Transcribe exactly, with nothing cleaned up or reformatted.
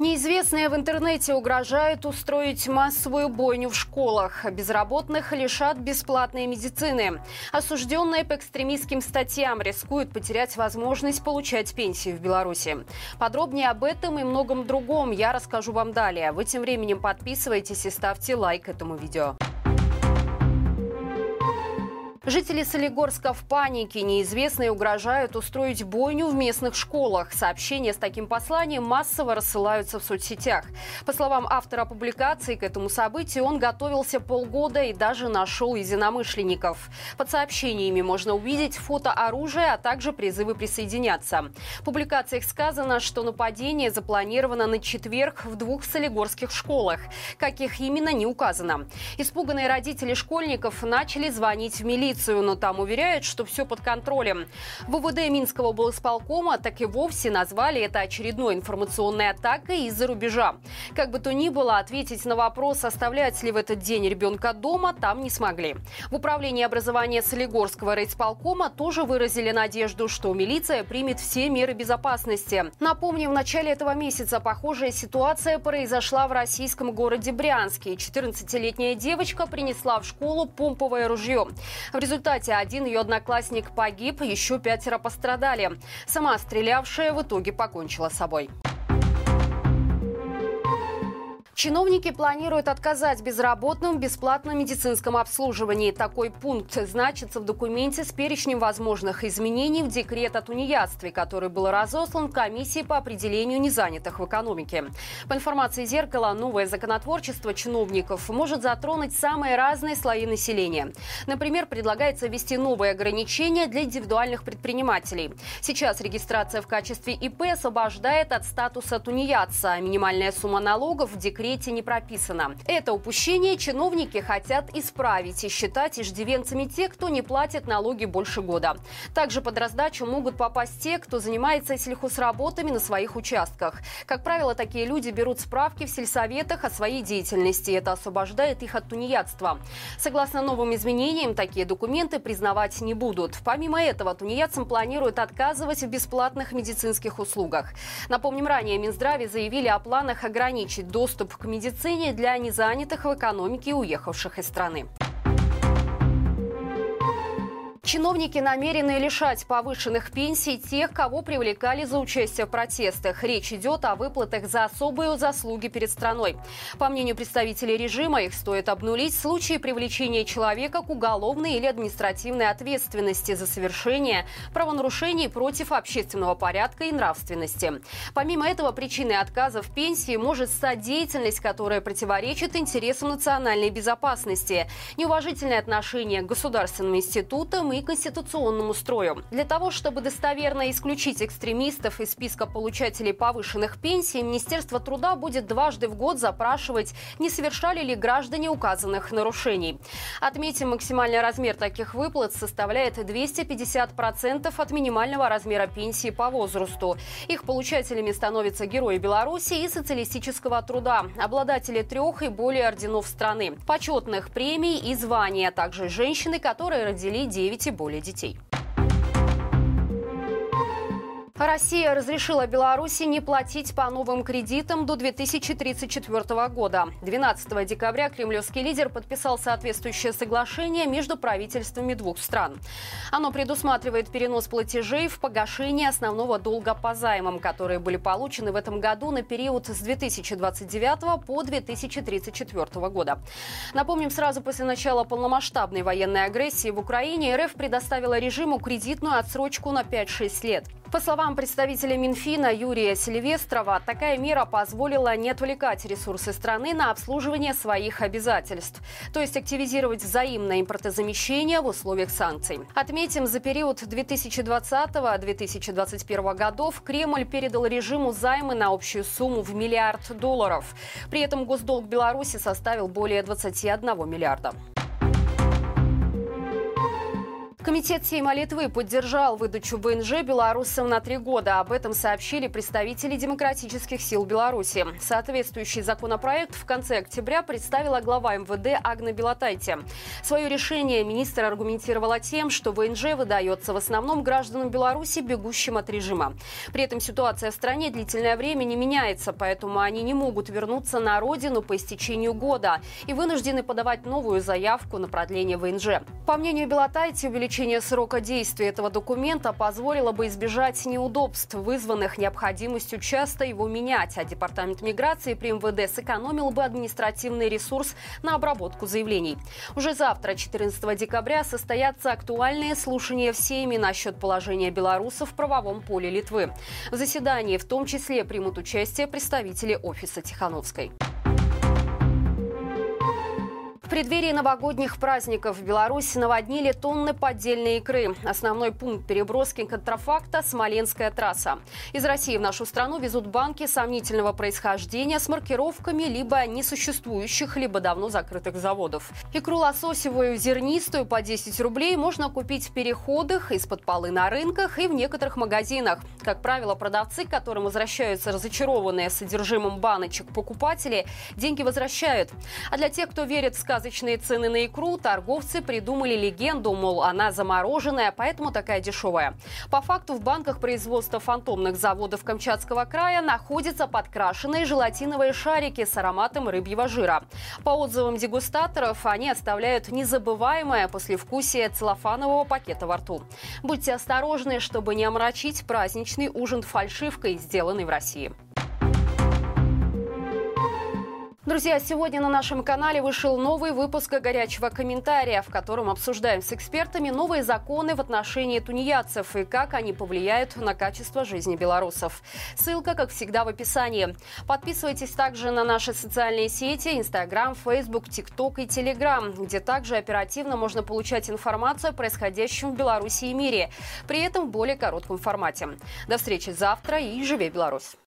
Неизвестные в интернете угрожают устроить массовую бойню в школах. Безработных лишат бесплатной медицины. Осужденные по экстремистским статьям рискуют потерять возможность получать пенсию в Беларуси. Подробнее об этом и многом другом я расскажу вам далее. Вы тем временем подписывайтесь и ставьте лайк этому видео. Жители Солигорска в панике. Неизвестные угрожают устроить бойню в местных школах. Сообщения с таким посланием массово рассылаются в соцсетях. По словам автора публикации, к этому событию он готовился полгода и даже нашел единомышленников. Под сообщениями можно увидеть фото оружия, а также призывы присоединяться. В публикациях сказано, что нападение запланировано на четверг в двух солигорских школах. Каких именно, не указано. Испуганные родители школьников начали звонить в милицию, но там уверяют, что все под контролем. В УВД Минского облсполкома так и вовсе назвали это очередной информационной атакой из-за рубежа. Как бы то ни было, ответить на вопрос, оставлять ли в этот день ребенка дома, там не смогли. В управлении образования Солигорского райисполкома тоже выразили надежду, что милиция примет все меры безопасности. Напомним, в начале этого месяца похожая ситуация произошла в российском городе Брянске. четырнадцатилетняя девочка принесла в школу помповое ружье. В результате один ее одноклассник погиб, еще пятеро пострадали. Сама стрелявшая в итоге покончила с собой. Чиновники планируют отказать безработным в бесплатном медицинском обслуживании. Такой пункт значится в документе с перечнем возможных изменений в декрет о тунеядстве, который был разослан комиссии по определению незанятых в экономике. По информации «Зеркала», новое законотворчество чиновников может затронуть самые разные слои населения. Например, предлагается ввести новые ограничения для индивидуальных предпринимателей. Сейчас регистрация в качестве ИП освобождает от статуса тунеядца, а минимальная сумма налогов в декрете не прописано. Это упущение чиновники хотят исправить и считать иждивенцами те, кто не платит налоги больше года. Также под раздачу могут попасть те, кто занимается сельхозработами на своих участках. Как правило, такие люди берут справки в сельсоветах о своей деятельности. Это освобождает их от тунеядства. Согласно новым изменениям, такие документы признавать не будут. Помимо этого, тунеядцам планируют отказывать в бесплатных медицинских услугах. Напомним, ранее Минздраве заявили о планах ограничить доступ к медицине для незанятых в экономике и уехавших из страны. Чиновники намерены лишать повышенных пенсий тех, кого привлекали за участие в протестах. Речь идет о выплатах за особые заслуги перед страной. По мнению представителей режима, их стоит обнулить в случае привлечения человека к уголовной или административной ответственности за совершение правонарушений против общественного порядка и нравственности. Помимо этого, причиной отказа в пенсии может стать деятельность, которая противоречит интересам национальной безопасности, неуважительное отношение к государственным институтам и конституционному строю. Для того, чтобы достоверно исключить экстремистов из списка получателей повышенных пенсий, Министерство труда будет дважды в год запрашивать, не совершали ли граждане указанных нарушений. Отметим, максимальный размер таких выплат составляет двести пятьдесят процентов от минимального размера пенсии по возрасту. Их получателями становятся герои Беларуси и социалистического труда, обладатели трех и более орденов страны, почетных премий и званий, а также женщины, которые родили девять и более детей. Россия разрешила Беларуси не платить по новым кредитам до две тысячи тридцать четвёртого года. двенадцатого декабря кремлевский лидер подписал соответствующее соглашение между правительствами двух стран. Оно предусматривает перенос платежей в погашение основного долга по займам, которые были получены в этом году на период с две тысячи двадцать девятого по две тысячи тридцать четвёртого года. Напомним, сразу после начала полномасштабной военной агрессии в Украине РФ предоставила режиму кредитную отсрочку на пять-шесть лет. По словам представителя Минфина Юрия Сильвестрова, такая мера позволила не отвлекать ресурсы страны на обслуживание своих обязательств, то есть активизировать взаимное импортозамещение в условиях санкций. Отметим, за период две тысячи двадцатого — две тысячи двадцать первого годов Кремль передал режиму займы на общую сумму в миллиард долларов. При этом госдолг Беларуси составил более двадцати одного миллиарда. Комитет Сейма Литвы поддержал выдачу ВНЖ белорусам на три года. Об этом сообщили представители демократических сил Беларуси. Соответствующий законопроект в конце октября представила глава МВД Агна Белотайте. Свое решение министр аргументировала тем, что ВНЖ выдается в основном гражданам Беларуси, бегущим от режима. При этом ситуация в стране длительное время не меняется, поэтому они не могут вернуться на родину по истечению года и вынуждены подавать новую заявку на продление ВНЖ. По мнению Белотайте, увеличение срока действия этого документа позволило бы избежать неудобств, вызванных необходимостью часто его менять, а Департамент миграции при МВД сэкономил бы административный ресурс на обработку заявлений. Уже завтра, четырнадцатого декабря, состоятся актуальные слушания в Сейме насчет положения белорусов в правовом поле Литвы. В заседании в том числе примут участие представители офиса Тихановской. В преддверии новогодних праздников в Беларуси наводнили тонны поддельной икры. Основной пункт переброски контрафакта – Смоленская трасса. Из России в нашу страну везут банки сомнительного происхождения с маркировками либо несуществующих, либо давно закрытых заводов. Икру лососевую зернистую по десять рублей можно купить в переходах, из-под полы на рынках и в некоторых магазинах. Как правило, продавцы, к которым возвращаются разочарованные содержимым баночек покупатели, деньги возвращают. А для тех, кто верит в сказки, Сказочные цены на икру, торговцы придумали легенду, мол, она замороженная, поэтому такая дешевая. По факту в банках производства фантомных заводов Камчатского края находятся подкрашенные желатиновые шарики с ароматом рыбьего жира. По отзывам дегустаторов, они оставляют незабываемое послевкусие целлофанового пакета во рту. Будьте осторожны, чтобы не омрачить праздничный ужин фальшивкой, сделанной в России. Друзья, сегодня на нашем канале вышел новый выпуск «Горячего комментария», в котором обсуждаем с экспертами новые законы в отношении тунеядцев и как они повлияют на качество жизни белорусов. Ссылка, как всегда, в описании. Подписывайтесь также на наши социальные сети – Инстаграм, Фейсбук, ТикТок и Телеграм, где также оперативно можно получать информацию о происходящем в Беларуси и мире, при этом в более коротком формате. До встречи завтра и живи Беларусь!